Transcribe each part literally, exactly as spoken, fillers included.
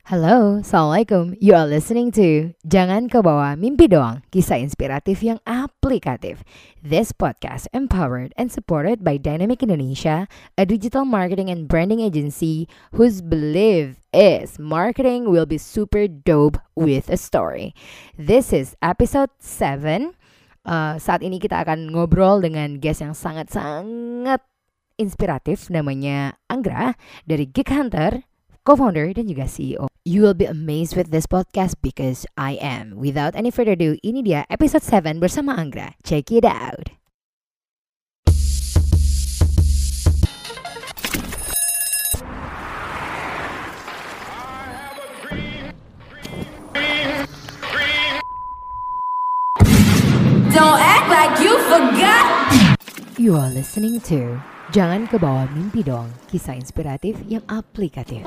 Halo, Assalamualaikum. You are listening to Jangan Kebawa Mimpi Doang, kisah inspiratif yang aplikatif. This podcast empowered and supported by Dynamic Indonesia, a digital marketing and branding agency whose belief is marketing will be super dope with a story. This is episode seven. Uh, saat ini kita akan ngobrol dengan guest yang sangat-sangat inspiratif, namanya Anggra dari Geek Hunter, co-founder dan juga C E O. You will be amazed with this podcast because I am. Without any further ado, ini dia episode seven bersama Anggra. Check it out. Don't act like you forgot. You are listening to Jangan Kebawa Mimpi Doang, kisah inspiratif yang aplikatif.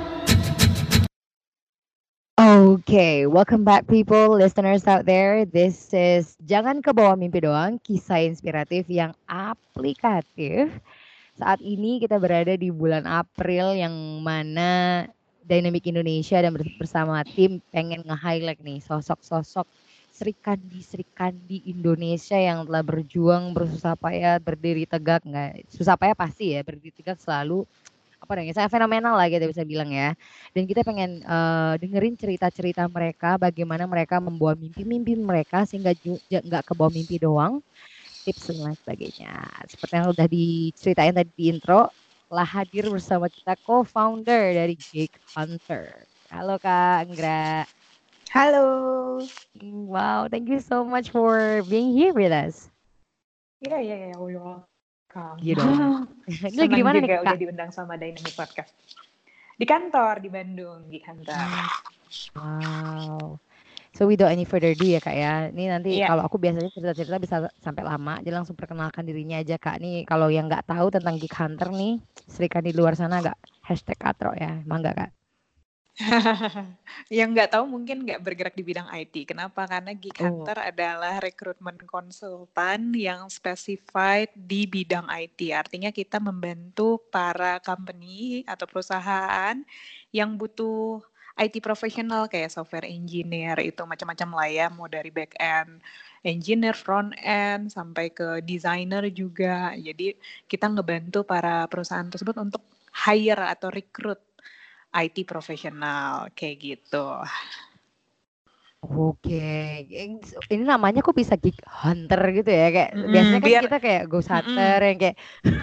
Okay, welcome back people, listeners out there. This is Jangan Kebawa Mimpi Doang, kisah inspiratif yang aplikatif. Saat ini kita berada di bulan April yang mana Dynamic Indonesia dan bersama tim pengen nge-highlight nih sosok-sosok Sri Kandi Sri Kandi Indonesia yang telah berjuang, bersusah payah, berdiri tegak. Nggak susah payah pasti ya, berdiri tegak selalu apa namanya, saya fenomenal lah kita bisa bilang ya. Dan kita pengen uh, dengerin cerita-cerita mereka, bagaimana mereka membawa mimpi-mimpi mereka sehingga nggak kebawa mimpi doang, tips dan lain sebagainya. Seperti yang udah diceritain tadi di intro, telah hadir bersama kita co-founder dari Geek Hunter. Halo Kak Anggra. Halo. Wow, thank you so much for being here with us. Iya, iya, iya, welcome. Gitu. Ini lagi Senang di mana nih juga Kak? udah diundang sama Dynamic Podcast. Di kantor di Bandung, di kantor. Wow. So without any further ado ya Kak ya. Ini nanti Iya. kalau aku biasanya cerita-cerita bisa sampai lama. Jadi langsung perkenalkan dirinya aja Kak. Nih kalau yang nggak tahu tentang Geek Hunter nih, serikan di luar sana agak hashtag katro ya. Mangga Kak. Yang nggak tahu mungkin nggak bergerak di bidang I T. Kenapa? Karena Geek Oh. Hunter adalah rekrutmen konsultan yang specified di bidang I T. Artinya kita membantu para company atau perusahaan yang butuh I T profesional kayak software engineer, itu macam-macam lah ya, mau dari back end engineer, front end, sampai ke designer juga. Jadi kita ngebantu para perusahaan tersebut untuk hire atau recruit I T profesional kayak gitu. Oke, ini namanya kok bisa Geek Hunter gitu ya, kayak Mm-mm, biasanya kan biar- kita kayak Ghost Hunter yang kayak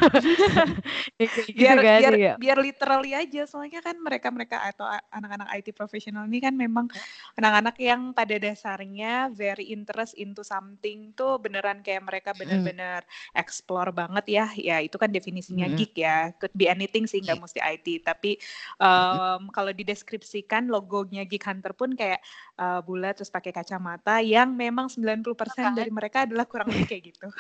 yang kayak gitu biar kan biar ya. biar literally aja, soalnya kan mereka-mereka atau a- anak-anak I T profesional ini kan memang anak-anak yang pada dasarnya very interest into something tuh beneran kayak mereka bener-bener explore banget ya. Ya itu kan definisinya Mm-mm. geek ya, could be anything sih, nggak mesti I T. Tapi um, kalau dideskripsikan logonya Geek Hunter pun kayak uh, bulat terus pakai kacamata, yang memang sembilan puluh persen dari mereka adalah kurang lebih kayak gitu.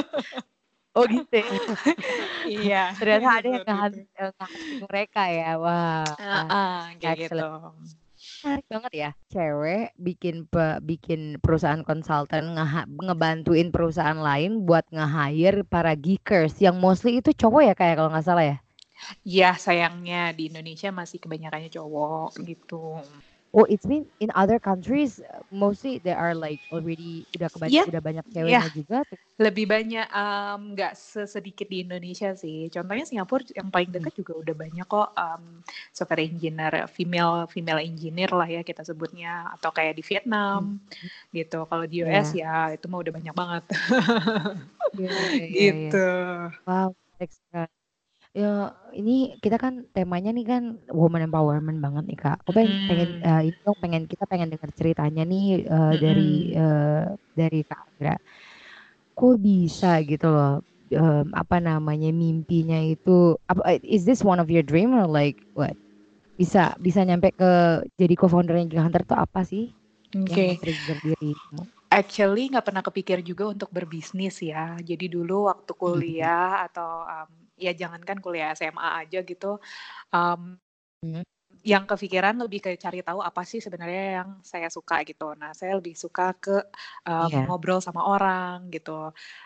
Oh gitu ya. Iya. Ternyata ada yang seperti ngehan- itu. eh, nge-hunting mereka ya. Wah. Ah, ah, kayak excellent. gitu. Menarik banget ya. Cewek bikin pe- bikin perusahaan konsultan ngeha- ngebantuin perusahaan lain buat nge-hire para geekers yang mostly itu cowok ya kayak kalau nggak salah ya. Ya sayangnya di Indonesia masih kebanyakannya cowok gitu. Oh, it's been in other countries uh, mostly they are like already udah kebanyak Iya, udah banyak ceweknya iya. juga. Lebih banyak um, nggak sesedikit di Indonesia sih. Contohnya Singapura yang paling dekat juga udah banyak kok um, software engineer, female female engineer lah ya kita sebutnya, atau kayak di Vietnam gitu. Kalau di U S ya itu mah udah banyak banget. Iya, iya, iya, iya. Gitu. Wow, menarik sekali. Ya, ini kita kan temanya nih kan woman empowerment banget nih Kak. Aku pengen, pengen Mm. eh, ini dong pengen kita pengen dengar ceritanya nih eh, dari Mm-mm. eh, dari Kak Andra. Kok bisa gitu loh? em, apa namanya mimpinya itu? Apa eh, is this one of your dream or like what? Bisa bisa nyampe ke jadi co-foundernya Geek Hunter tuh apa sih Oke. yang trigger dirimu? Actually nggak pernah kepikir juga untuk berbisnis ya. Jadi dulu waktu kuliah atau um, ya jangankan kuliah S M A aja gitu, um, Hmm. yang kepikiran lebih kayak cari tahu apa sih sebenarnya yang saya suka gitu. Nah saya lebih suka ke um, Iya. ngobrol sama orang gitu.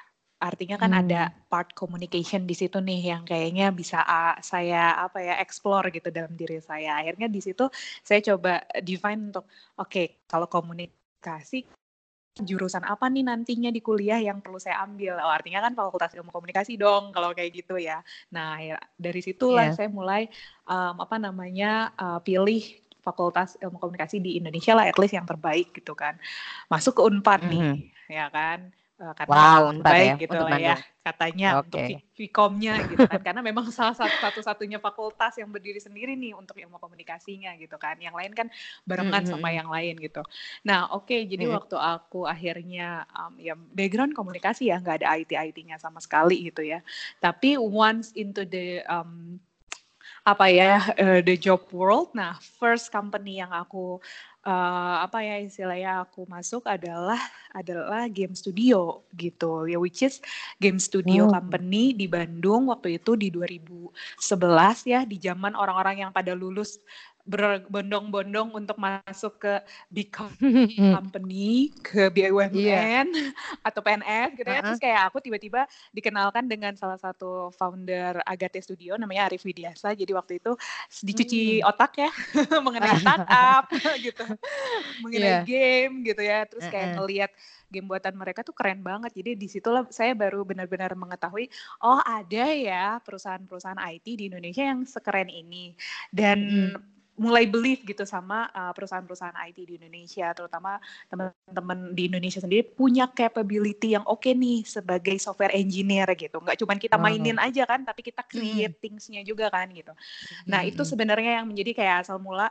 Artinya kan ada Hmm. part communication di situ nih yang kayaknya bisa uh, saya apa ya explore gitu dalam diri saya. Akhirnya di situ saya coba define untuk oke okay, kalau komunikasi jurusan apa nih nantinya di kuliah yang perlu saya ambil. Oh, artinya kan fakultas ilmu komunikasi dong kalau kayak gitu ya. Nah, ya, dari situlah Iya. saya mulai um, apa namanya uh, pilih fakultas ilmu komunikasi di Indonesia lah, at least yang terbaik gitu kan. Masuk ke Unpad Mhm. nih, ya kan. Uh, karena Wow, memang Unpad ya terbaik gitu untuk lah ya Bandung. katanya untuk Oke. Vkomnya gitu kan. Karena memang salah satu satu-satunya fakultas yang berdiri sendiri nih untuk ilmu komunikasinya gitu kan. Yang lain kan barengan sama Mhm. yang lain gitu. Nah, oke, okay, jadi Mhm. waktu aku akhirnya um, ya background komunikasi ya, nggak ada I T I T-nya sama sekali gitu ya. Tapi once into the um, apa ya uh, the job world, nah first company yang aku uh, apa ya istilahnya aku masuk adalah adalah game studio gitu ya, which is game studio Oh. company di Bandung waktu itu di dua ribu sebelas ya, di zaman orang-orang yang pada lulus berbondong-bondong untuk masuk ke big company, ke B U M Iya. N atau P N S gitu ya. Heeh. Terus kayak aku tiba-tiba dikenalkan dengan salah satu founder Agate Studio namanya Arif Widiasa. Jadi waktu itu dicuci Hmm. otak ya mengenai startup gitu, mengenai Iya. game gitu ya. Terus kayak Heeh. ngelihat game buatan mereka tuh keren banget. Jadi disitulah saya baru benar-benar mengetahui, oh ada ya perusahaan-perusahaan I T di Indonesia yang sekeren ini. Dan Mhm. mulai believe gitu sama uh, perusahaan-perusahaan I T di Indonesia, terutama teman-teman di Indonesia sendiri punya capability yang oke okay nih sebagai software engineer gitu. Nggak cuma kita mainin Wow. aja kan, tapi kita Mhm. create things-nya juga kan gitu. Nah itu Mhm. sebenarnya yang menjadi kayak asal mula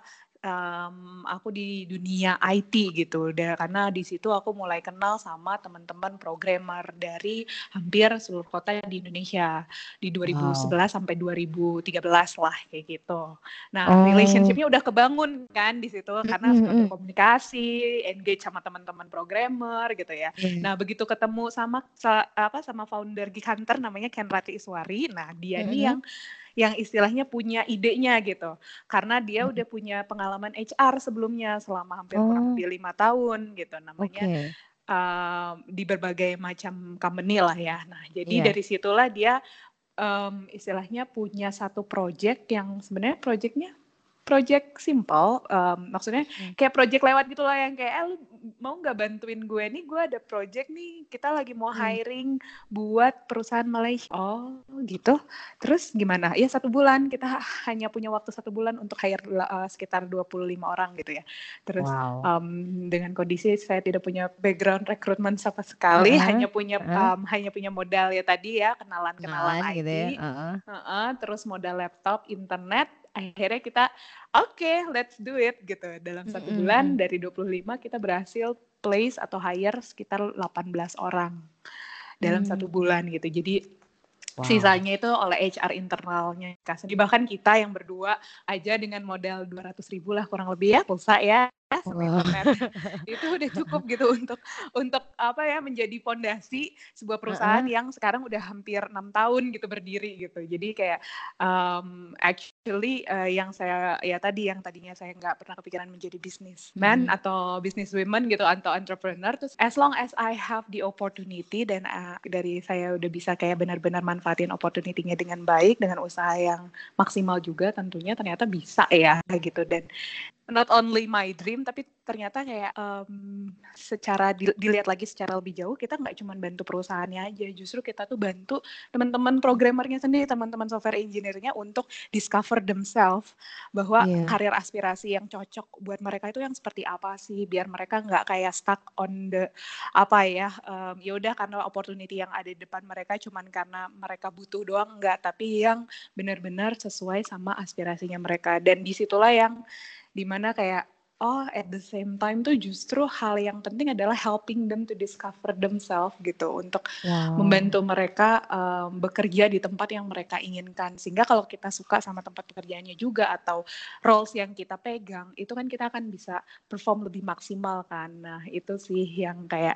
um, aku di dunia I T gitu. Dan karena di situ aku mulai kenal sama teman-teman programmer dari hampir seluruh kota di Indonesia di dua ribu Wow. sebelas sampai dua ribu tiga belas lah kayak gitu. Nah, Oh. relationship-nya udah kebangun kan di situ karena Mhm. suka Mhm. berkomunikasi, engage sama teman-teman programmer gitu ya. Iya. Nah, begitu ketemu sama sa- apa sama founder Geek Hunter namanya Ken Rati Iswari. Nah, dia nih Mhm. yang yang istilahnya punya idenya gitu. Karena dia Mhm. udah punya pengalaman H R sebelumnya selama hampir kurang Oh. lebih lima tahun gitu. Namanya Oke. um, di berbagai macam company lah ya. Nah, jadi Iya. dari situlah dia um, istilahnya punya satu project yang sebenarnya projectnya project simple, um, maksudnya Hmm. kayak project lewat gitu lah yang kayak, eh lu mau nggak bantuin gue nih, gue ada project nih, kita lagi mau Hmm. hiring buat perusahaan Malaysia. Oh gitu, terus gimana? Ya satu bulan, kita hanya punya waktu satu bulan untuk hire uh, sekitar dua puluh lima orang gitu ya. Terus Wow. um, dengan kondisi saya tidak punya background rekrutmen sama sekali, Heeh. hanya punya Heeh. um, hanya punya modal ya tadi ya, kenalan-kenalan Kenalan I gitu T, ya. Heeh. uh-uh, terus modal laptop, internet. Akhirnya kita oke, okay, let's do it gitu. Dalam satu Mhm. bulan Mhm. dari dua puluh lima kita berhasil place atau hire sekitar delapan belas orang dalam satu Hmm. bulan gitu. Jadi Wow. sisanya itu oleh H R internalnya. Bahkan kita yang berdua aja dengan modal dua ratus ribu lah kurang lebih ya, pulsa ya, sama Wow. internet. Itu udah cukup gitu untuk untuk apa ya menjadi fondasi sebuah perusahaan Heeh. yang sekarang udah hampir enam tahun gitu berdiri gitu. Jadi kayak um, actually uh, yang saya ya tadi yang tadinya saya nggak pernah kepikiran menjadi businessman Mhm. atau businesswoman gitu atau entrepreneur, terus as long as I have the opportunity dan uh, dari saya udah bisa kayak benar-benar manfaatin opportunity-nya dengan baik dengan usaha yang maksimal juga tentunya ternyata bisa ya gitu. Dan not only my dream tapi ternyata kayak um, secara dilihat lagi secara lebih jauh, kita nggak cuma bantu perusahaannya aja, justru kita tuh bantu teman-teman programmernya sendiri, teman-teman software engineer-nya untuk discover themselves bahwa Iya. karir aspirasi yang cocok buat mereka itu yang seperti apa sih, biar mereka nggak kayak stuck on the apa ya um, ya udah karena opportunity yang ada di depan mereka cuman karena mereka butuh doang, enggak, tapi yang benar-benar sesuai sama aspirasinya mereka. Dan disitulah yang dimana kayak oh at the same time tuh justru hal yang penting adalah helping them to discover themselves gitu, untuk Wow. membantu mereka um, bekerja di tempat yang mereka inginkan. Sehingga kalau kita suka sama tempat pekerjaannya juga atau roles yang kita pegang, itu kan kita akan bisa perform lebih maksimal kan. Nah itu sih yang kayak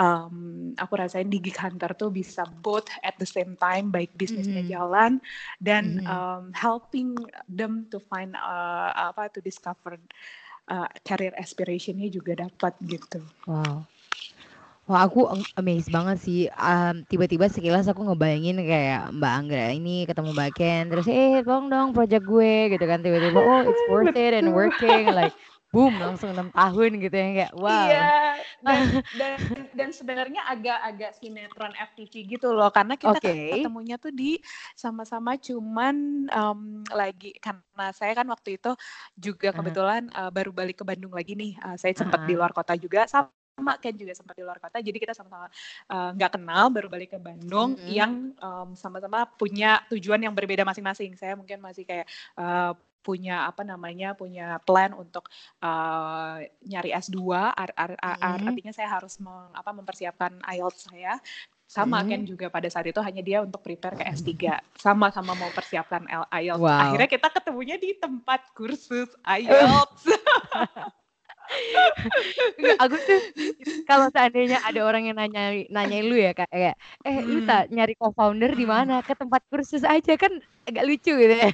um, aku rasain di Geek Hunter tuh bisa both at the same time, baik bisnisnya Mhm. jalan dan Mhm. um, helping them to find uh, apa to discover uh, career aspiration-nya juga dapat gitu. Wow. Wah, aku am amazed banget sih, mmm, tiba-tiba sekilas aku ngebayangin kayak Mbak Anggra ini ketemu Mbak Ken, terus, "Eh, tolong dong project gue," gitu kan, tiba-tiba, "Oh, it's worth it and Betul. working," like boom, langsung enam tahun gitu ya, kayak wow. Iya, dan dan dan sebenarnya agak-agak sinetron F T V gitu loh, karena kita Oke. ketemunya tuh di sama-sama cuman, mmm, lagi karena saya kan waktu itu juga Ah hah. kebetulan, eee, baru balik ke Bandung lagi nih, eee, saya sempet di Heeh. luar kota juga, sama Ken juga sempat di luar kota, jadi kita sama-sama, eee, nggak kenal, baru balik ke Bandung Mhm. yang, mmm, sama-sama punya tujuan yang berbeda masing-masing. Saya mungkin masih kayak, eee, punya apa namanya, punya plan untuk, eee, nyari S dua, ar ar a ar Mhm. artinya saya harus meng apa, mempersiapkan IELTS saya, sama Mhm. Ken juga pada saat itu hanya dia untuk prepare ke S tiga, sama-sama mau persiapkan el IELTS. Wow. Akhirnya kita ketemunya di tempat kursus Eh. IELTS. Enggak, aku tuh kalau seandainya ada orang yang nanyai nanyain lu ya, Kak, kayak, "Eh, lu Mmm. ta nyari co-founder di Mhm. mana?" "Ke tempat kursus aja," kan agak lucu gitu ya.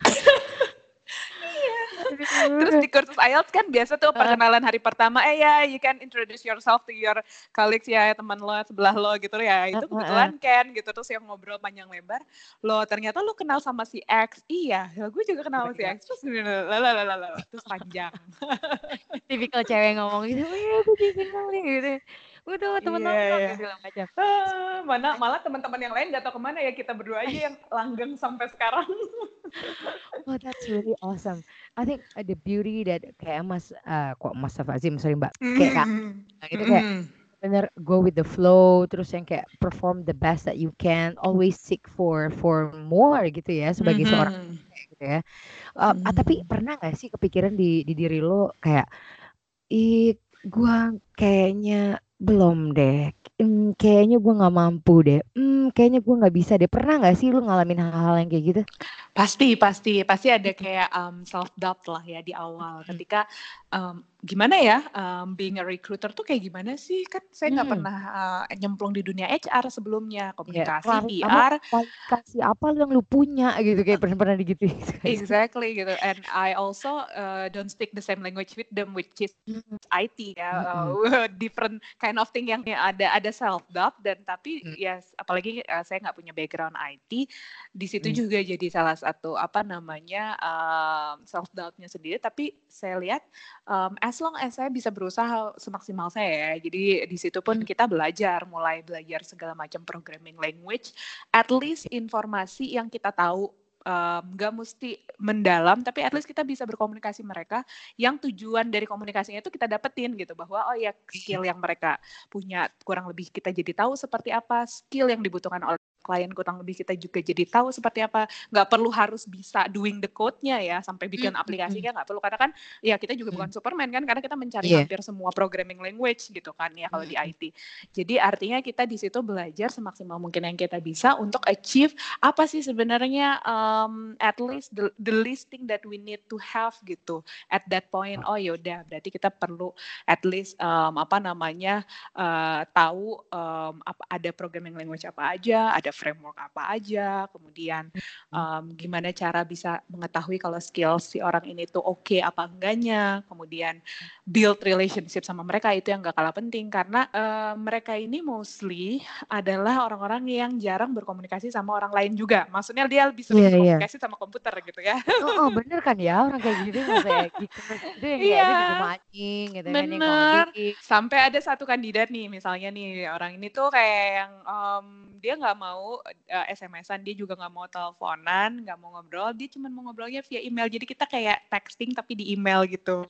Iya. Terus Aduh. di kursus IELTS kan biasa tuh Heeh. perkenalan hari pertama, "Eh, ya, you can introduce yourself to your colleagues ya, teman lo sebelah lo," gitu ya. Heeh Itu heeh. kebetulan Ken gitu, terus yang ngobrol panjang lebar, "Loh, ternyata lu kenal sama si X?" "Iya." "Lah, gue juga kenal sama si Tipikal X." Terus terus panjang. tipikal cewek ngomong gitu, "Oh, iya, aku juga kenal nih," gitu ya. "Udah temen Iya nongkrong," iya. gitu segala macam. Ah, mana malah teman-teman yang lain nggak tahu ke mana ya, kita berdua aja yang langgeng sampai sekarang. Oh, that's really awesome. I think, eee, the beauty that kayak Mas eee, kok Mas Safazim, sorry Mbak, kayak Mhm Kakak mhm. gitu kayak Mhm. bener go with the flow, terus yang kayak perform the best that you can, always seek for for more gitu ya, sebagai seorang Mhm. cewek gitu ya. Eee, ah, tapi Mhm. pernah nggak sih kepikiran di di diri lo kayak, "Ih, gua kayaknya belum deh, mmm, kayaknya gua nggak mampu deh, mmm, kayaknya gua nggak bisa deh." Pernah nggak sih lu ngalamin hal-hal yang kayak gitu? Pasti pasti pasti ada Mhm. kayak, mmm, self doubt lah ya di awal Mhm. ketika, mmm, gimana ya, mmm, being a recruiter tuh kayak gimana sih? Kan saya nggak Mmm. pernah, eee, nyemplung di dunia H R sebelumnya, Iya, komunikasi, klari apa, P R. kualifikasi apa lu yang lu punya gitu, kayak pernah pernah digituin nggak sih? Exactly gitu, and I also, eee, don't speak the same language with them, which is Mhm. I T ya, Mhm. eee, different kind of thing yang ada ada self doubt dan tapi Mmm. ya apalagi, eee, saya nggak punya background I T, di situ Mmm. juga jadi salah satu apa namanya, mmm, self doubt-nya sendiri, tapi saya lihat, mmm, as long as saya bisa berusaha semaksimal saya ya, jadi di situ pun Mhm. kita belajar, mulai belajar segala macam programming language, at least informasi yang kita tahu, mmm, nggak musti mendalam, tapi at least kita bisa berkomunikasi mereka, yang tujuan dari komunikasinya itu kita dapetin gitu, bahwa, oh ya Iya. skill yang mereka punya kurang lebih kita jadi tahu seperti apa, skill yang dibutuhkan oleh klien kurang lebih kita juga jadi tahu seperti apa, nggak perlu harus bisa doing the code-nya ya, sampai bikin Mmm, mhm. aplikasinya nggak perlu, karena kan ya kita juga Mhm. bukan Superman kan, karena kita mencari Iya. hampir semua programming language gitu kan ya kalau di Mhm. I T. Jadi artinya kita di situ belajar semaksimal mungkin yang kita bisa untuk achieve apa sih sebenarnya, mmm, at least the the least thing that we need to have gitu, at that point. Oh ya udah berarti kita perlu at least, mmm, apa namanya, eee, tahu, mmm, apa ada programming language apa aja, ada framework apa aja, kemudian, Mhm. mmm, gimana cara bisa mengetahui kalau skill si orang ini tuh oke apa enggaknya, kemudian build relationship sama mereka, itu yang nggak kalah penting karena, eee, mereka ini mostly adalah orang-orang yang jarang berkomunikasi sama orang lain juga, maksudnya dia lebih sering Iya iya. berkomunikasi sama komputer gitu ya. Heeh, bener kan ya, orang kayak gitu masa ya geekers gitu yang kayak aduh di Iya, rumah anjing gitu kan, yang bener, ngoding. sampai ada satu kandidat nih, misalnya nih, orang ini tuh kayak yang, mmm, dia nggak mau, eee, S M S-an, dia juga nggak mau teleponan, nggak mau ngobrol, dia cuman mau ngobrolnya via email, jadi kita kayak texting tapi di email gitu.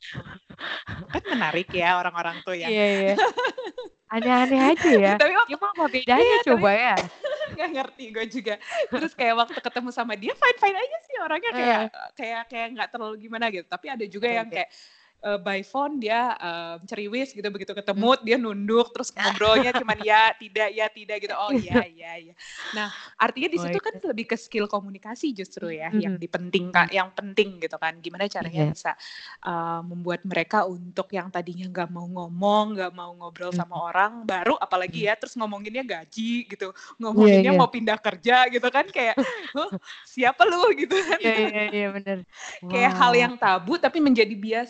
Kan menarik ya orang-orang tuh ya. Iya iya. Aneh-aneh aja ya, Tapi waktu emang apa bedanya iya, tapi coba ya? nggak ngerti gue juga. Terus kayak waktu ketemu sama dia fine-fine aja sih orangnya, kayak Heeh. kayak kayak nggak terlalu gimana gitu, tapi ada juga Oke yang oke. kayak, eee, by phone dia, eee, ceriwis gitu, begitu ketemu Mmm. dia nunduk, terus ngobrolnya cuman ya, tidak, ya, tidak gitu, oh iya iya iya. Nah, artinya di Oh situ my kan god. lebih ke skill komunikasi justru ya, yang Mhm. dipenting Mhm. yang penting gitu kan, gimana caranya Iya. bisa, eee, membuat mereka untuk yang tadinya nggak mau ngomong, nggak mau ngobrol sama Mhm. orang baru, apalagi Mhm. ya, terus ngomonginnya gaji gitu, Iya ngomonginnya iya. mau pindah kerja gitu kan, kayak, "Hah, siapa lu?" Gitu kan. Iya iya iya, bener. Kayak hal Wah. yang tabu tapi menjadi biasa sehingga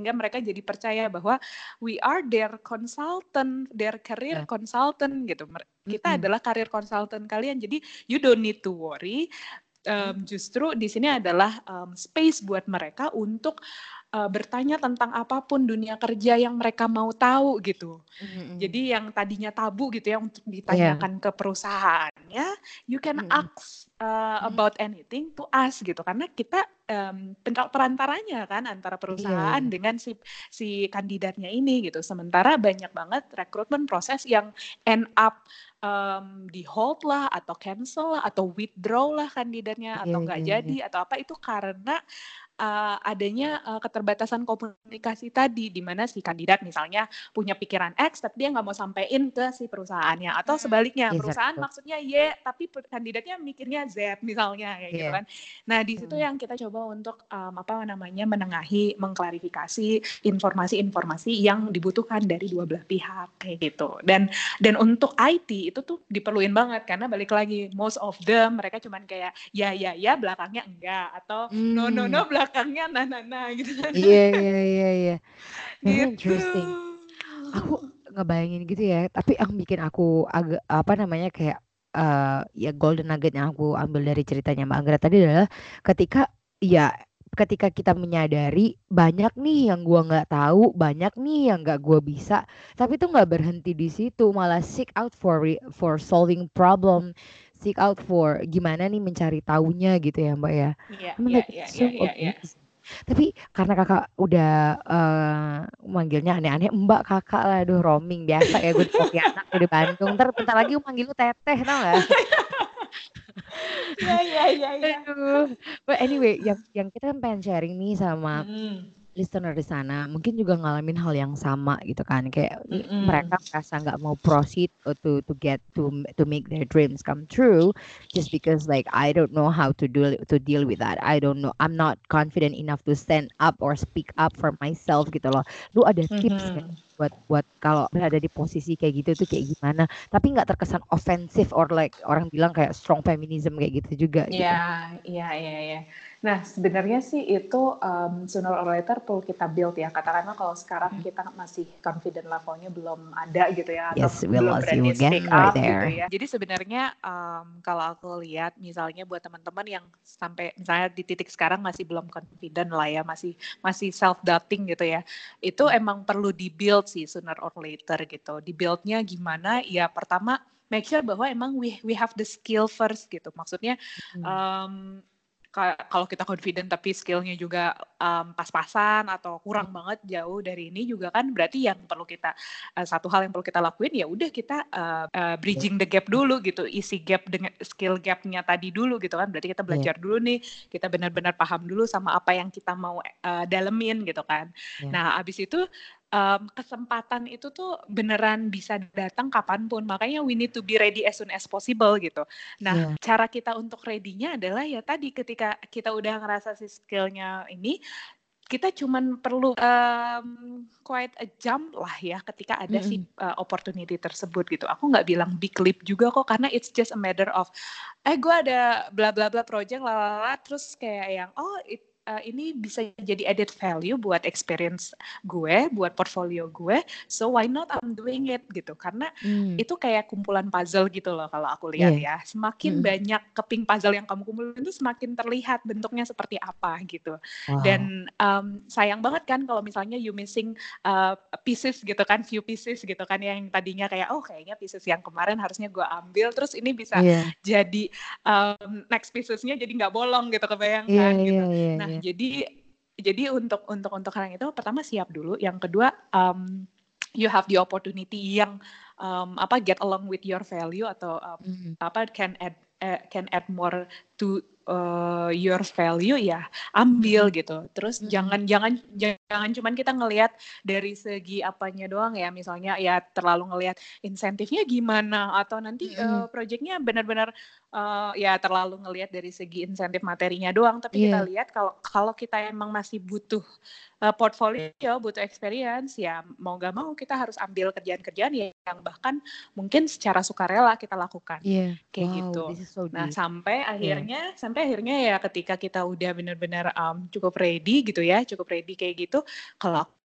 sehingga mereka jadi percaya bahwa we are their consultant, their career Ya. consultant gitu. Mer- Kita Mm-mm. adalah career consultant kalian, jadi you don't need to worry. Um, justru di sini adalah um, space buat mereka untuk uh, bertanya tentang apapun dunia kerja yang mereka mau tahu gitu. Mm-mm. Jadi yang tadinya tabu gitu ya untuk Iya. ditanyakan ke perusahaannya, you can Mm-mm. ask uh, Mm-mm. about anything to us gitu, karena kita um, pen- perantaranya kan antara Iya, perusahaan iya. dengan si si kandidatnya ini gitu. Sementara banyak banget rekrutmen proses yang end up um, di hold lah atau cancel lah atau withdraw lah kandidatnya Iya, atau nggak iya, iya. jadi atau apa, itu karena uh, adanya uh, keterbatasan komunikasi tadi, di mana si kandidat misalnya punya pikiran X tapi dia nggak mau sampein ke si perusahaannya, atau sebaliknya perusahaan Exactly. maksudnya Y tapi per- kandidatnya mikirnya Z misalnya kayak gitu Iya. kan. Nah di situ Mm. yang kita coba untuk um, apa namanya menengahi, mengklarifikasi informasi-informasi yang dibutuhkan dari dua belah pihak kayak gitu. Dan dan untuk I T itu tuh diperluin banget, karena balik lagi most of them mereka cuman kayak ya ya ya belakangnya enggak, atau no no Hmm. no belakangnya nah nah nah gitu kan. Iya, iya, iya, iya. Very Gitu. interesting. Aku ngebayangin gitu ya, tapi yang bikin aku agak apa namanya kayak eh ya golden nugget yang aku ambil dari ceritanya Mbak Anggra tadi adalah ketika ya ketika kita menyadari banyak nih yang gua nggak tahu, banyak nih yang nggak gua bisa, tapi itu nggak berhenti di situ, malah seek out for re- for solving problem, seek out for gimana nih mencari taunya gitu ya Mbak ya. Iya I mean iya like iya it's iya so iya iya. amazing. Tapi karena kakak udah eh manggilnya aneh-aneh Mbak kakak lah, aduh roaming biasa ya gue di Pontianak gue di Bandung, ntar bentar lagi gue manggil lu teteh tau gak? Iya iya iya iya. Aduh. But anyway, yang yang kita kan pengen sharing nih sama Mm-mm. listener di sana mungkin juga ngalamin hal yang sama gitu kan, kayak i- Mm-mm. mereka merasa nggak mau proceed uh, to to get to to make their dreams come true just because like I don't know how to do to deal with that, I don't know, I'm not confident enough to stand up or speak up for myself gitu loh. Lu ada tips nggak Mhm. buat buat kalau berada di posisi kayak gitu tuh kayak gimana tapi nggak terkesan offensive or like orang bilang kayak strong feminism kayak gitu juga gitu. Iya, iya, iya, iya. Nah, sebenarnya sih itu um, sooner or later perlu kita build ya. Katakanlah kalau sekarang kita masih confident levelnya belum ada gitu ya, atau Yes, we belum lost you berani speak again right up gitu there. ya. Jadi sebenarnya um, kalau aku lihat misalnya buat teman-teman yang sampai misalnya di titik sekarang masih belum confident lah ya, masih masih self doubting gitu ya. Itu emang perlu di-build sih sooner or later gitu. Di-buildnya gimana? Ya pertama make sure bahwa emang we we have the skill first gitu. Maksudnya Hmm. um, ka- kalau kita confident tapi skillnya juga um, pas-pasan atau kurang banget jauh dari ini juga kan berarti yang perlu kita uh, satu hal yang perlu kita lakuin ya udah kita uh, uh, bridging the gap dulu gitu, isi gap dengan skill gapnya tadi dulu gitu kan, berarti kita belajar dulu nih, kita benar-benar paham dulu sama apa yang kita mau uh, dalemin gitu kan. Yeah. Nah abis itu um, kesempatan itu tuh beneran bisa datang kapanpun, makanya we need to be ready as soon as possible gitu. Nah, Yeah. cara kita untuk ready-nya adalah ya tadi ketika kita udah ngerasa si skill-nya ini, kita cuman perlu um, quite a jump lah ya ketika ada si Mm-mm. uh, opportunity tersebut gitu. Aku nggak bilang big leap juga kok, karena it's just a matter of eh gue ada bla bla bla project lalala, terus kayak yang oh it, uh, ini bisa jadi added value buat experience gue, buat portfolio gue, so why not I'm doing it gitu. Karena Mm. itu kayak kumpulan puzzle gitu loh kalau aku lihat Yeah. ya. Semakin Mm-mm. banyak keping puzzle yang kamu kumpulin itu semakin terlihat bentuknya seperti apa gitu. Wow. Dan um, sayang banget kan kalau misalnya you missing uh, pieces gitu kan, few pieces gitu kan, yang tadinya kayak oh kayaknya pieces yang kemarin harusnya gue ambil, terus ini bisa Yeah. jadi um, next piecesnya jadi nggak bolong gitu, kebayang Iya, kan iya, gitu. iya, Nah iya. jadi jadi untuk untuk untuk hal yang itu pertama siap dulu, yang kedua um, you have the opportunity yang um, apa get along with your value atau um, Mm. apa can add uh, can add more to uh, your value ya ambil Mm-mm. gitu. Terus Mm-mm. jangan jangan jangan cuman kita ngelihat dari segi apanya doang ya, misalnya ya terlalu ngelihat insentifnya gimana atau nanti Mm-mm. uh, projectnya benar-benar uh, ya terlalu ngelihat dari segi insentif materinya doang, tapi kita Iya. lihat kalau kalau kita emang masih butuh uh, portfolio, butuh experience, ya mau gak mau kita harus ambil kerjaan-kerjaan yang bahkan mungkin secara sukarela kita lakukan Iya. kayak Wow, gitu. this is so Nah deep. sampai Yeah. akhirnya sampai akhirnya ya ketika kita udah benar-benar um, cukup ready gitu ya, cukup ready kayak gitu, kalau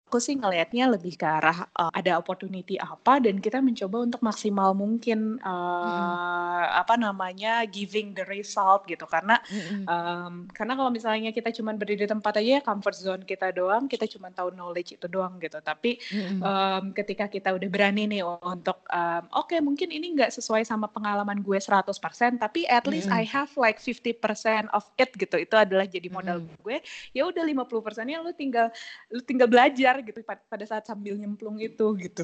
aku sih ngelihatnya lebih ke arah uh, ada opportunity apa dan kita mencoba untuk maksimal mungkin uh, Mm-mm. apa namanya giving the result gitu karena Mm-mm. um, karena kalau misalnya kita cuma berdiri di tempat aja comfort zone kita doang, kita cuma tahu knowledge itu doang gitu. Tapi Mm-mm. um, ketika kita udah berani nih untuk um, oke okay, mungkin ini nggak sesuai sama pengalaman gue seratus persen tapi at least Mm-mm. I have like fifty percent of it gitu. Itu adalah jadi modal Mm-mm. gue. Ya udah lima puluh persennya lu tinggal lu tinggal belajar gitu pada saat sambil nyemplung itu gitu.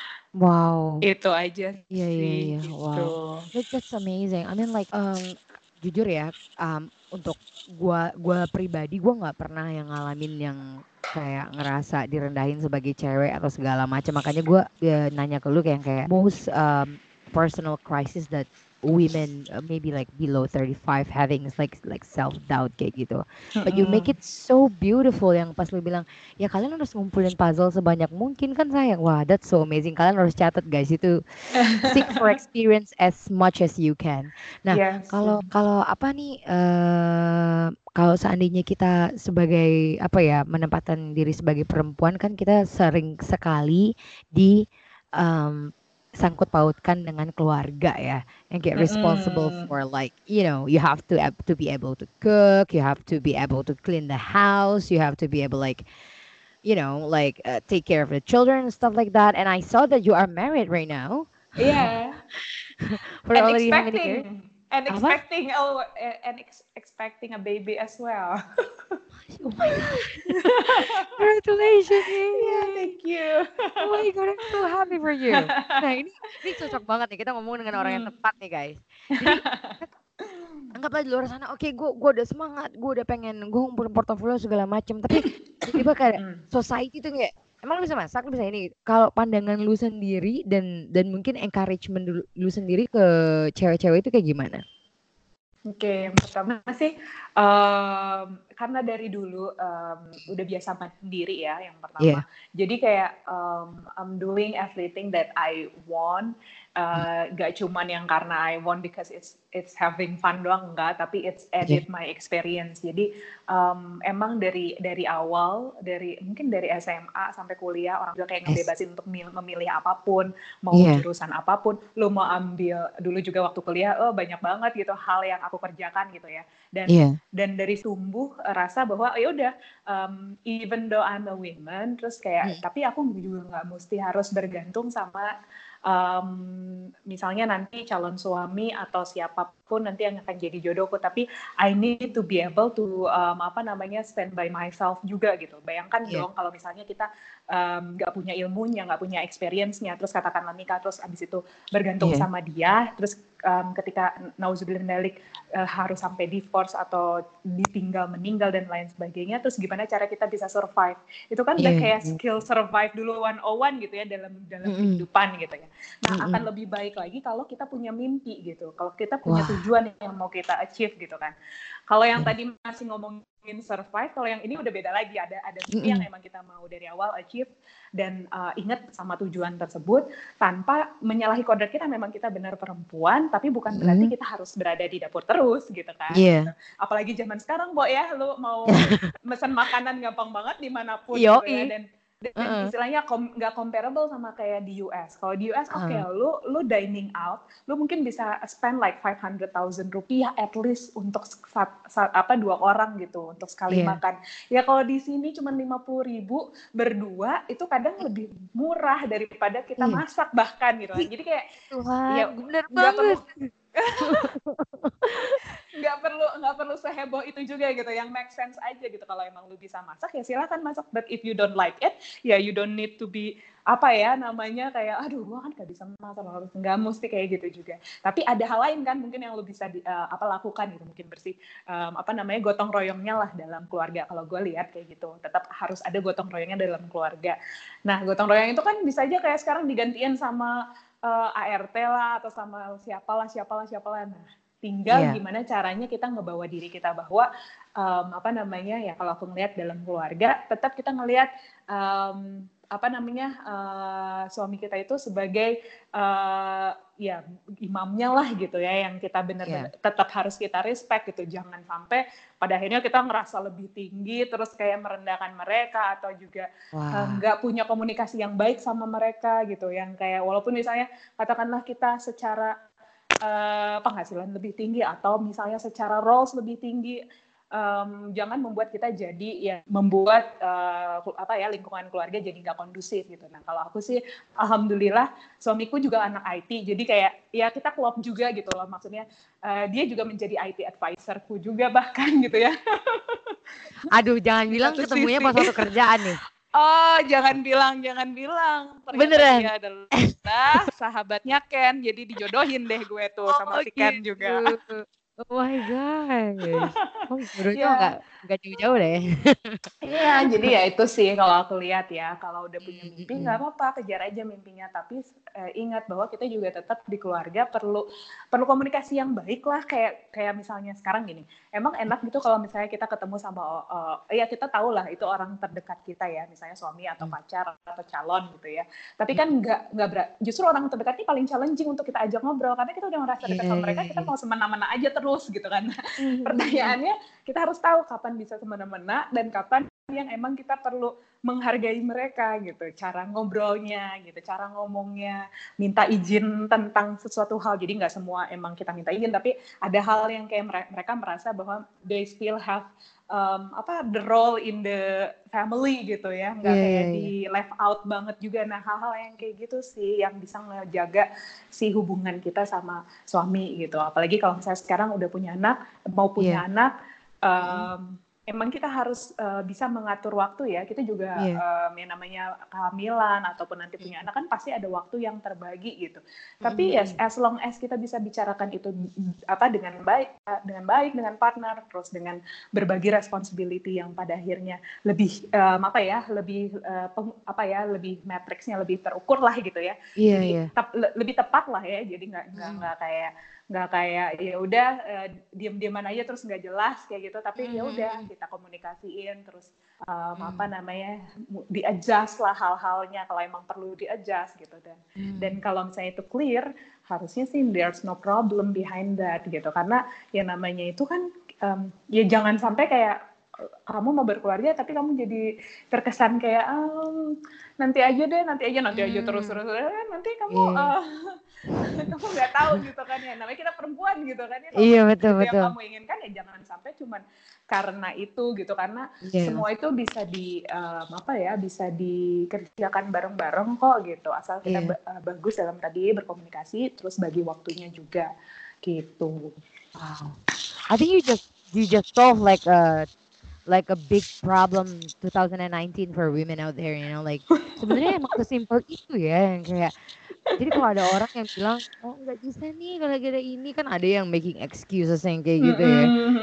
Wow. Itu aja Iya, iya, sih iya. gitu. Wow. That, that's amazing. I mean like, um, jujur ya, um, untuk gua gua pribadi, gua nggak pernah yang ngalamin yang kayak ngerasa direndahin sebagai cewek atau segala macam. Makanya gua ya, nanya ke lu kayak kayak most um, personal crisis that women uh, maybe like below thirty-five having is like like self doubt kayak gitu. But you make Mm-mm. it so beautiful yang pas lu bilang ya kalian harus ngumpulin puzzle sebanyak mungkin kan sayang. Wah, that's so amazing. Kalian harus catat guys itu seek for experience as much as you can. Nah, Yes. kalau kalau apa nih eh kalau seandainya kita sebagai apa ya menempatkan diri sebagai perempuan kan kita sering sekali di em, sangkut pautkan dengan keluarga ya and get responsible Mm-mm. for like you know you have to ab- to be able to cook, you have to be able to clean the house, you have to be able like you know like uh, take care of the children and stuff like that. And I saw that you are married right now. Yeah. For And already how many years? expecting and Apa? expecting oh and ex- expecting a baby as well. Oh my god. Congratulations. Yay, Yeah, yay. thank you. Oh my god, I'm so happy for you. Nah, ini ini cocok banget nih kita ngomong dengan orang yang Hmm. tepat nih, guys. Jadi kan anggaplah di luar sana, oke, gue gue udah semangat, gue udah pengen gue ngumpulin portofolio segala macam, tapi tiba-tiba kayak Hmm. society tuh kayak emang lu bisa masak, lu bisa ini. Kalau pandangan lu sendiri dan dan mungkin encouragement lu, lu sendiri ke cewek-cewek itu kayak gimana? Oke, yang pertama sih um, karena dari dulu um, udah biasa mandiri ya yang pertama. Iya. Jadi kayak um, I'm doing everything that I want. Uh, gak cuman yang karena I want because it's it's having fun doang enggak, tapi it's Iya. added my experience. Jadi um, emang dari dari awal, dari mungkin dari S M A sampai kuliah orang juga kayak Yes. ngebebasin untuk mil- memilih apapun, mau Iya. jurusan apapun, lu mau ambil dulu juga waktu kuliah, oh banyak banget gitu hal yang aku kerjakan gitu ya. Dan Iya. dan dari tumbuh eh, rasa bahwa ya udah um, even though I'm a woman, terus kayak Mm. tapi aku juga nggak mesti harus bergantung sama um, misalnya nanti calon suami atau siapapun nanti yang akan jadi jodohku, tapi I need to be able to um, apa namanya stand by myself juga gitu. Bayangkan Iya. dong kalau misalnya kita nggak um, punya ilmunya, nggak punya experience-nya, terus katakanlah nikah, terus abis itu bergantung Iya. sama dia, terus um, ketika nauzubillah mendalik uh, harus sampai divorce atau ditinggal meninggal dan lain sebagainya, terus gimana cara kita bisa survive? Itu kan udah Iya. kayak skill survive dulu one oh one gitu ya dalam dalam Mm-mm. kehidupan gitu ya. Nah, Mm-mm. akan lebih baik lagi kalau kita punya mimpi gitu. Kalau kita punya Wah. tujuan yang mau kita achieve gitu kan. Kalau yang Iya. tadi masih ngomongin survive, kalau yang ini udah beda lagi. Ada ada mimpi yang Mm-mm. emang kita mau dari awal achieve dan uh, ingat sama tujuan tersebut tanpa menyalahi kodrat kita. Memang kita benar perempuan, tapi bukan berarti Mm. kita harus berada di dapur terus gitu kan. Iya. Apalagi zaman sekarang, Bo ya, lu mau mesen makanan gampang banget dimanapun Yoi. gitu ya. Dan dan Uh-uh. istilahnya nggak kom- comparable sama kayak di U S. Kalau di U S, oke, okay, Uh. lu lu dining out, lu mungkin bisa spend like five hundred thousand rupiah at least untuk sat, sat, apa dua orang gitu untuk sekali Iya. makan. Ya kalau di sini cuma lima puluh ribu berdua itu kadang lebih murah daripada kita Iya. masak bahkan gitu kan. Jadi kayak Tuhan, ya bener nggak perlu banget. nggak perlu nggak perlu seheboh itu juga gitu, yang make sense aja gitu. Kalau emang lu bisa masak ya silakan masak, but if you don't like it ya you don't need to be apa ya namanya kayak aduh gua kan nggak bisa masak, harus nggak mesti kayak gitu juga. Tapi ada hal lain kan mungkin yang lu bisa di, uh, apa lakukan gitu, mungkin bersih um, apa namanya gotong royongnya lah dalam keluarga. Kalau gue lihat kayak gitu tetap harus ada gotong royongnya dalam keluarga. Nah gotong royong itu kan bisa aja kayak sekarang digantiin sama uh, A R T lah atau sama siapalah siapalah siapalah. Nah tinggal yeah. gimana caranya kita ngebawa diri kita bahwa um, apa namanya ya kalau aku ngelihat dalam keluarga tetap kita ngelihat um, apa namanya uh, suami kita itu sebagai uh, ya imamnya lah gitu ya, yang kita benar-benar yeah. tetap harus kita respect gitu. Jangan sampai pada akhirnya kita ngerasa lebih tinggi terus kayak merendahkan mereka, atau juga nggak wow. uh, punya komunikasi yang baik sama mereka gitu, yang kayak walaupun misalnya katakanlah kita secara uh, penghasilan lebih tinggi atau misalnya secara roles lebih tinggi, Um, jangan membuat kita jadi ya membuat uh, apa ya lingkungan keluarga jadi nggak kondusif gitu. Nah kalau aku sih alhamdulillah suamiku juga anak I T, jadi kayak ya kita klop juga gitu loh, maksudnya uh, dia juga menjadi I T advisorku juga bahkan gitu ya. Aduh jangan bilang ketemunya pas waktu kerjaan nih. Oh jangan bilang jangan bilang. Ternyata beneran dia adalah sahabatnya Ken, jadi dijodohin deh gue tuh sama oh, si Ken gitu. juga. Oh my god. Oh, jodohnya yeah. nggak nggak jauh-jauh deh. Iya, jadi ya itu sih kalau aku lihat ya, kalau udah punya mimpi nggak mm-hmm. apa-apa, kejar aja mimpinya, tapi eh, ingat bahwa kita juga tetap di keluarga perlu perlu komunikasi yang baik lah, kayak kayak misalnya sekarang gini, emang enak gitu kalau misalnya kita ketemu sama, uh, ya kita tahu lah itu orang terdekat kita ya, misalnya suami atau pacar atau calon gitu ya, tapi kan nggak nggak berat, justru orang terdekat ini paling challenging untuk kita ajak ngobrol, karena kita udah merasa dekat sama mereka, kita mau semena-mena aja terus gitu kan. Pertanyaannya kita harus tahu kapan bisa semena-mena dan kapan yang emang kita perlu menghargai mereka gitu, cara ngobrolnya gitu, cara ngomongnya, minta izin tentang sesuatu hal. Jadi nggak semua emang kita minta izin, tapi ada hal yang kayak mereka merasa bahwa they still have um, apa the role in the family gitu ya, nggak yeah, kayak yeah, di left out banget juga. Nah hal-hal yang kayak gitu sih yang bisa ngejaga si hubungan kita sama suami gitu. Apalagi kalau misalnya sekarang udah punya anak, mau punya yeah. anak. Um, Emang kita harus uh, bisa mengatur waktu ya. Kita juga yeah. um, yang namanya kehamilan ataupun nanti punya anak kan pasti ada waktu yang terbagi gitu. Mm-hmm. Tapi ya as long as kita bisa bicarakan itu apa dengan baik, dengan baik dengan partner, terus dengan berbagi responsibility yang pada akhirnya lebih um, apa ya, lebih uh, peng, apa ya, lebih matriksnya lebih terukur lah gitu ya. Yeah, jadi yeah. Tep, le, lebih tepat lah ya. Jadi nggak nggak mm. nggak kayak nggak kayak ya udah uh, diam-diaman aja terus nggak jelas kayak gitu, tapi mm-hmm. ya udah kita komunikasiin terus um, mm. apa namanya di-adjust lah hal-halnya kalau emang perlu di-adjust gitu, dan mm. dan kalau misalnya itu clear harusnya sih there's no problem behind that gitu, karena yang namanya itu kan um, ya jangan sampai kayak kamu mau berkeluarga tapi kamu jadi terkesan kayak um, nanti aja deh nanti aja nanti aja terus terus nanti kamu yeah. uh, kamu nggak tahu gitu kan ya, namanya kita perempuan gitu kan ya, iya betul gitu betul yang kamu inginkan ya jangan sampai cuman karena itu gitu, karena yeah. semua itu bisa di um, apa ya bisa dikerjakan bareng-bareng kok gitu, asal kita yeah. ba- bagus dalam tadi berkomunikasi terus bagi waktunya juga gitu. Wow, I think you just you just solve like a like a big problem twenty nineteen for women out there, you know, like sebenarnya emang sesimpel itu ya, yang kayak jadi kalau ada orang yang bilang oh nggak bisa nih kalau lagi ada ini, kan ada yang making excuses yang kayak gitu ya.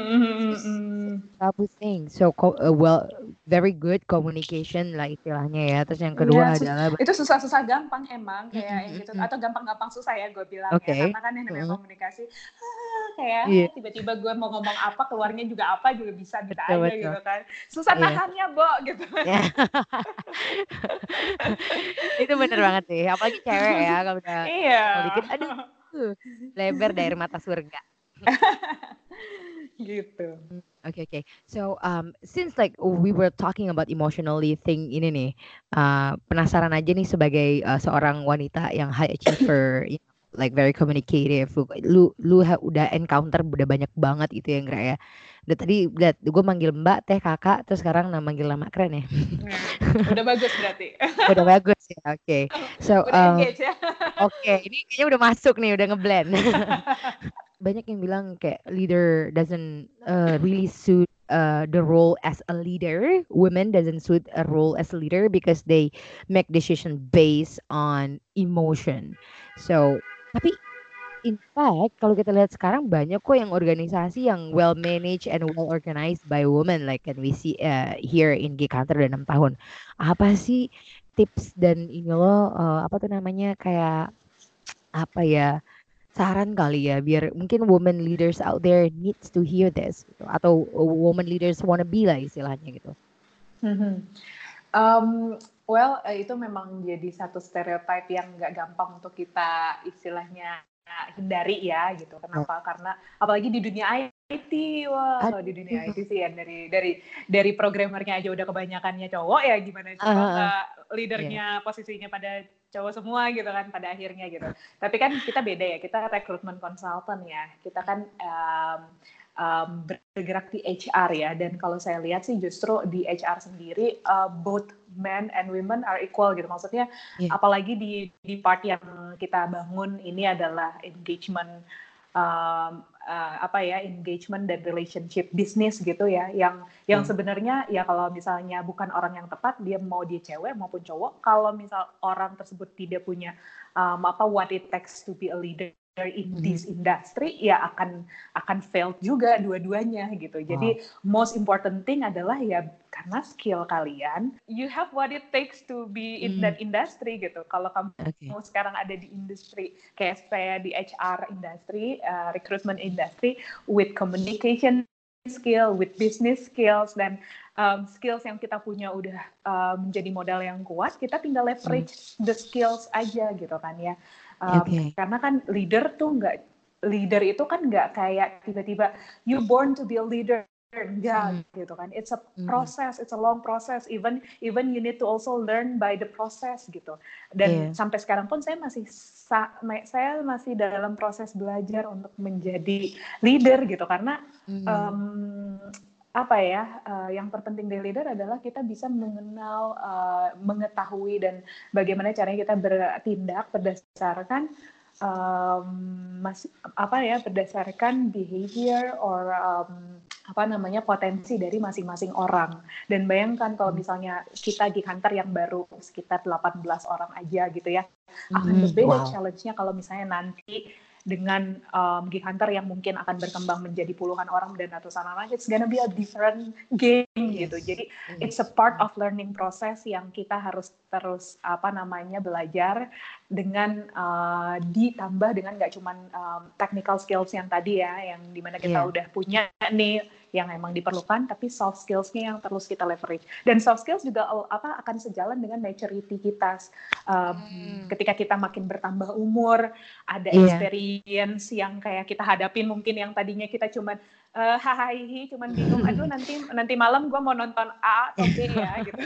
Satu thing, so uh, well very good communication lah istilahnya ya. Terus yang kedua ya, adalah itu susah-susah gampang emang kayak mm-hmm. yang gitu, atau gampang-gampang susah ya gue bilang okay. ya, karena kan yang namanya mm-hmm. komunikasi ah, kayak yeah. tiba-tiba gue mau ngomong apa keluarnya juga apa juga bisa bisa betul, aja betul. Gitu kan, susah yeah. tahannya Bo gitu. Yeah. Itu bener banget sih, apalagi cewek ya kalau udah iya. mau dikit aduh lebar dari mata surga. Gitu. Okay, okay. So, um, since like we were talking about emotionally thing ini nih, uh, penasaran aja nih sebagai uh, seorang wanita yang high achiever, you know, like very communicative. Lu lu ha, udah encounter udah banyak banget gitu ya, Ngra ya. Udah tadi lihat gue manggil Mbak, Teh, Kakak, terus sekarang nama manggil nama keren ya. Nah, udah bagus berarti. Udah bagus ya. Oke. Okay. So, udah um, engage ya. Oke, okay. Ini kayaknya udah masuk nih, udah ngeblend. Banyak yang bilang kayak leader doesn't uh, really suit uh, the role as a leader. Women doesn't suit a role as a leader because they make decision based on emotion. So, tapi in fact kalau kita lihat sekarang banyak kok yang organisasi yang well managed and well organized by women, like can we see uh, here in G-Counter udah enam tahun. Apa sih tips dan ini loh uh, apa tuh namanya kayak apa ya? Saran kali ya biar mungkin women leaders out there needs to hear this gitu. Atau women leaders wanna be lah istilahnya gitu. Mm-hmm. Um, Well, eh, itu memang jadi satu stereotype yang nggak gampang untuk kita istilahnya hindari ya gitu. Kenapa? Karena apalagi di dunia I T, wah kalau di dunia I T sih ya dari dari dari programmernya aja udah kebanyakannya cowok ya gimana coba Uh-huh. nggak leadernya posisinya pada cowok semua gitu kan pada akhirnya gitu. Tapi kan kita beda ya, kita recruitment consultant ya, kita kan um, um, bergerak di H R ya, dan kalau saya lihat sih justru di H R sendiri uh, both men and women are equal gitu, maksudnya Yeah. apalagi di di part yang kita bangun ini adalah engagement um, uh, apa ya engagement dan relationship bisnis gitu ya, yang yang Hmm. sebenarnya ya kalau misalnya bukan orang yang tepat, dia mau dia cewek maupun cowok, kalau misal orang tersebut tidak punya um, apa what it takes to be a leader in Mhm. this industry, ya akan akan fail juga dua-duanya gitu. Jadi most important thing adalah ya karena skill kalian, you have what it takes to be in Hmm. that industry gitu. Kalau kamu Okay. sekarang ada di industri kayak saya di H R industry, uh, recruitment industry, with communication skill, with business skills, dan um, skills yang kita punya udah uh, menjadi modal yang kuat, kita tinggal leverage the skills aja gitu kan ya. Um, Okay. Karena kan leader tuh nggak, leader itu kan nggak kayak tiba-tiba you born to be a leader, enggak Hmm. gitu kan. It's a Hmm. process, it's a long process. Even even you need to also learn by the process gitu. Dan Yeah. sampai sekarang pun saya masih sa- saya masih dalam proses belajar untuk menjadi leader gitu, karena Hmm. um, apa ya, uh, yang terpenting dari leader adalah kita bisa mengenal, uh, mengetahui dan bagaimana caranya kita bertindak berdasarkan um, mas, apa ya, berdasarkan behavior or um, apa namanya potensi dari masing-masing orang. Dan bayangkan kalau misalnya kita di kantor yang baru sekitar delapan belas orang aja gitu ya, akan Hmm. berbeda Wow. challenge-nya kalau misalnya nanti dengan um, Geek Hunter yang mungkin akan berkembang menjadi puluhan orang dan ratusan orang, it's gonna be a different game Yes. gitu. Jadi Yes. it's a part of learning process yang kita harus terus apa namanya belajar, dengan uh, ditambah dengan nggak cuman um, technical skills yang tadi ya, yang dimana kita Yeah. udah punya nih yang emang diperlukan, tapi soft skills-nya yang terus kita leverage. Dan soft skills juga uh, apa akan sejalan dengan maturity kita. Um, Hmm. Ketika kita makin bertambah umur, ada Yeah. experience yang kayak kita hadapin, mungkin yang tadinya kita cuman uh, hahaha cuman bingung, aduh nanti nanti malam gue mau nonton A atau B ya gitu.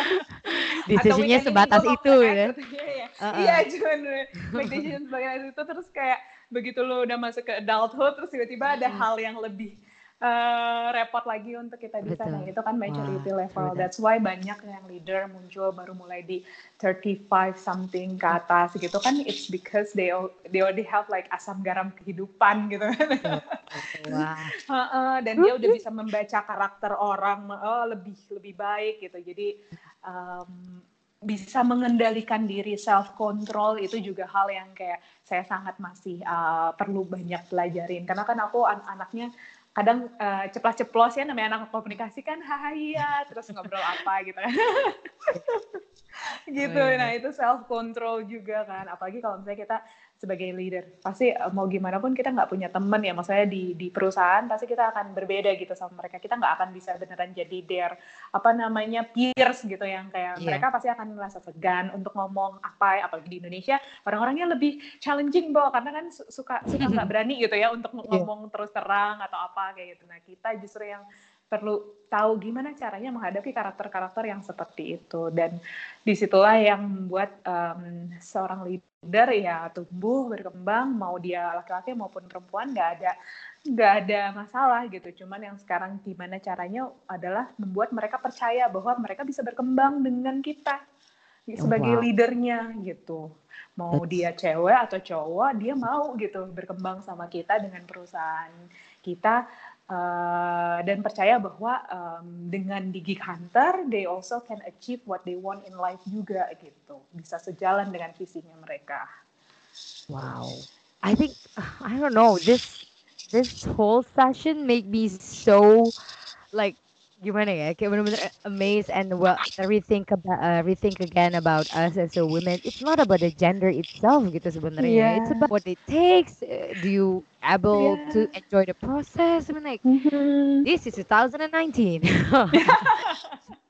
Atau Decisionnya weekend ini sebatas gue mau itu ke X ya. gitu. Iya, Uh-uh. iya cuman make decision sebagai itu, terus kayak begitu lo udah masuk ke adulthood, terus tiba-tiba ada Hmm. hal yang lebih uh, repot lagi untuk kita bisa. Betul. Nah itu kan maturity Wah, level. true that. That's why banyak yang leader muncul baru mulai di thirty-five something ke atas gitu kan. It's because they al- they already have like asam garam kehidupan gitu. Betul. Betul. Wah. Uh-uh, dan dia udah bisa membaca karakter orang oh, lebih lebih baik gitu. Jadi um, bisa mengendalikan diri, self control itu juga hal yang kayak saya sangat masih uh, perlu banyak pelajarin, karena kan aku an- anaknya kadang uh, ceplas-ceplos ya, namanya anak komunikasi kan, hahaha iya, terus ngobrol apa gitu kan. Gitu. Oh, iya. Nah itu self control juga kan, apalagi kalau misalnya kita sebagai leader, pasti uh, mau gimana pun kita nggak punya teman ya, maksudnya di di perusahaan pasti kita akan berbeda gitu sama mereka, kita nggak akan bisa beneran jadi their apa namanya peers gitu, yang kayak Iya. mereka pasti akan merasa segan untuk ngomong apa, apalagi di Indonesia orang-orangnya lebih challenging Bo, karena kan su- suka suka nggak berani gitu ya untuk Iya. ngomong terus terang atau apa kayak gitu. Nah kita justru yang perlu tahu gimana caranya menghadapi karakter-karakter yang seperti itu, dan disitulah yang membuat um, seorang leader ya tumbuh berkembang, mau dia laki-laki maupun perempuan, nggak ada nggak ada masalah gitu. Cuman yang sekarang gimana caranya adalah membuat mereka percaya bahwa mereka bisa berkembang dengan kita sebagai Wow. leadernya gitu. Mau That's- dia cewek atau cowok, dia mau gitu berkembang sama kita dengan perusahaan kita. Uh, dan percaya bahwa um, dengan di Geek Hunter, they also can achieve what they want in life juga gitu. Bisa sejalan dengan visinya mereka. Wow. I think I don't know, this this whole session made me so like gimana ya, kayak bener-bener amazed and well rethink about uh, rethink again about us as a women. It's not about the gender itself gitu sebenarnya. It's Iya. about what it takes. Uh, do you able Yeah. to enjoy the process? I mean like Mhm. this is two thousand nineteen.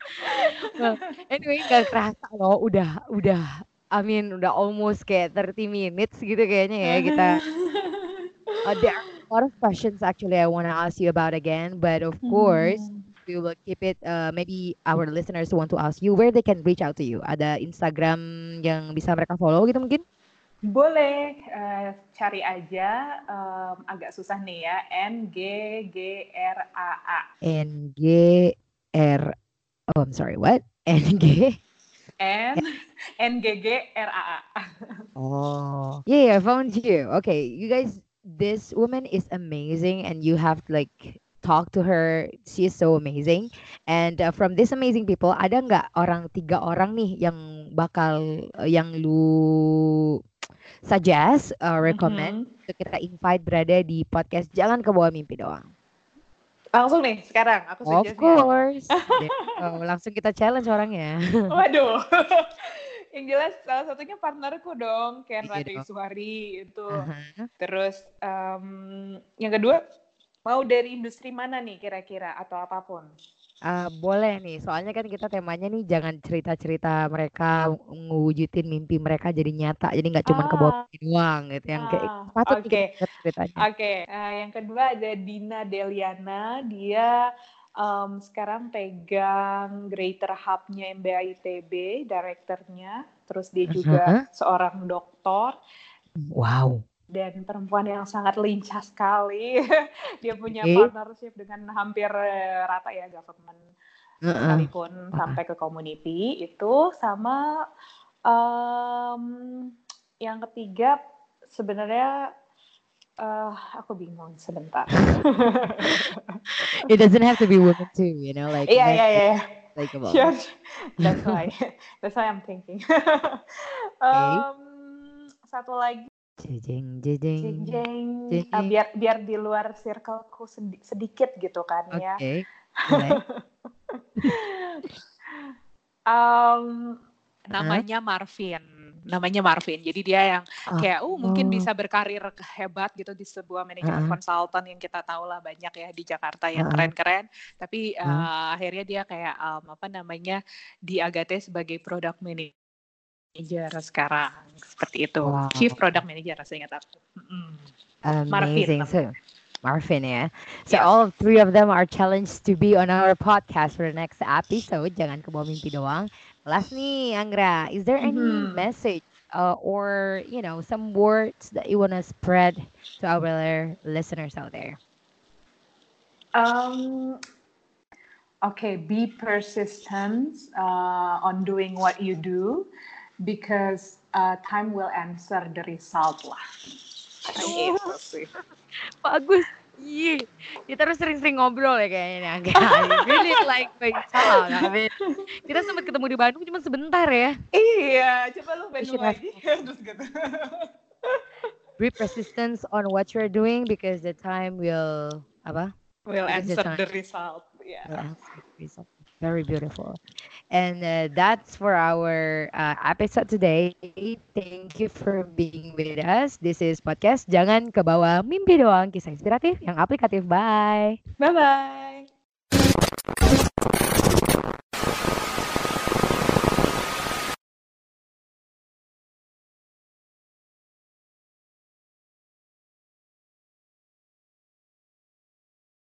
Well, anyway, nggak kerasa loh, udah udah I mean udah almost kayak thirty minutes gitu kayaknya ya kita. Uh, there are a lot of questions actually I want to ask you about again, but of course Mhm. we will keep it. Uh, maybe our listeners want to ask you where they can reach out to you. Ada Instagram yang bisa mereka follow gitu mungkin? Boleh eh, cari aja em, agak susah nih ya N G G R A A. N G R. Oh, I'm sorry. What? N G. N N G G R A A. Oh, yeah, yeah, I found you. Okay, you guys, this woman is amazing, and you have to like talk to her. She is so amazing. And uh, from this amazing people, ada nggak orang tiga orang nih yang bakal uh, yang lu suggest, uh, recommend Mhm. untuk kita invite berada di podcast Jangan Kebawa Mimpi Doang. Langsung nih sekarang aku Of suggest ya. course. There you go. Langsung kita challenge orangnya. Waduh. Yang jelas salah satunya partnerku dong, Ken Iya Radai dong. Suhari itu. Aha. Terus em, yang kedua mau dari industri mana nih kira-kira atau apapun? Ah, boleh nih, soalnya kan kita temanya nih jangan cerita-cerita mereka ngewujudin mimpi mereka jadi nyata, jadi nggak cuma ke bawah Ah, mimpi doang gitu, yang kayak ah, patut nih oke. kita denger ceritanya. Oke, Nah, yang kedua ada Dina Deliana. Dia em, sekarang pegang Greater Hub-nya M B A I T B, direkturnya. Terus dia juga Aha. seorang doktor Wow. dan perempuan yang sangat lincah sekali. Dia punya Oke. partnership dengan hampir eh, rata ya government Heeh. sekalipun Wah. sampai ke community itu sama em, yang ketiga sebenarnya eh, aku bingung sebentar. It doesn't have to be women too, you know, like Iya men iya are iya. likable. Sure. That's why. That's why I'm thinking. Oke. Em, satu lagi Jejeng, jeng jejeng, jeng Ah, jejeng. biar biar di luar circleku sedi- sedikit gitu kan ya. Oke, boleh. Em, Hah? namanya Marvin. Namanya Marvin. Jadi dia yang kayak uh mungkin Oh. bisa berkarir hebat gitu di sebuah manajemen Heeh. konsultan yang kita tahu lah banyak ya di Jakarta yang Heeh. keren-keren. Tapi Heeh. eh, akhirnya dia kayak em, apa namanya di Agate sebagai product manager sekarang seperti itu. Wow. Chief Product Manager saya ingat aku. Mm-mm. Marvin Amazing. So, namanya. Marvin, yeah. So Yes. all three of them are challenged to be on our podcast for the next episode. Jangan kebawa mimpi doang. Last nih, Anggra, is there any Mhm. message uh, or you know some words that you wanna spread to our listeners out there? Um, okay, be persistent uh, on doing what you do because uh, time will answer the result lah. Gitu sih. Bagus. Iya, kita harus sering-sering ngobrol ya kayaknya nih, Angga. I really like what you talk. I mean, kita sempat ketemu di Bandung cuma sebentar ya. Iya, coba lu We Bandung should have lagi terus gitu. be persistent on what you're doing because the time will apa? Will Because the answer time the result. will Yeah. answer the result. Very beautiful. And uh, that's for our uh, episode today. Thank you for being with us. This is podcast Jangan Kebawa Mimpi Doang, kisah inspiratif yang aplikatif. Bye. Bye bye.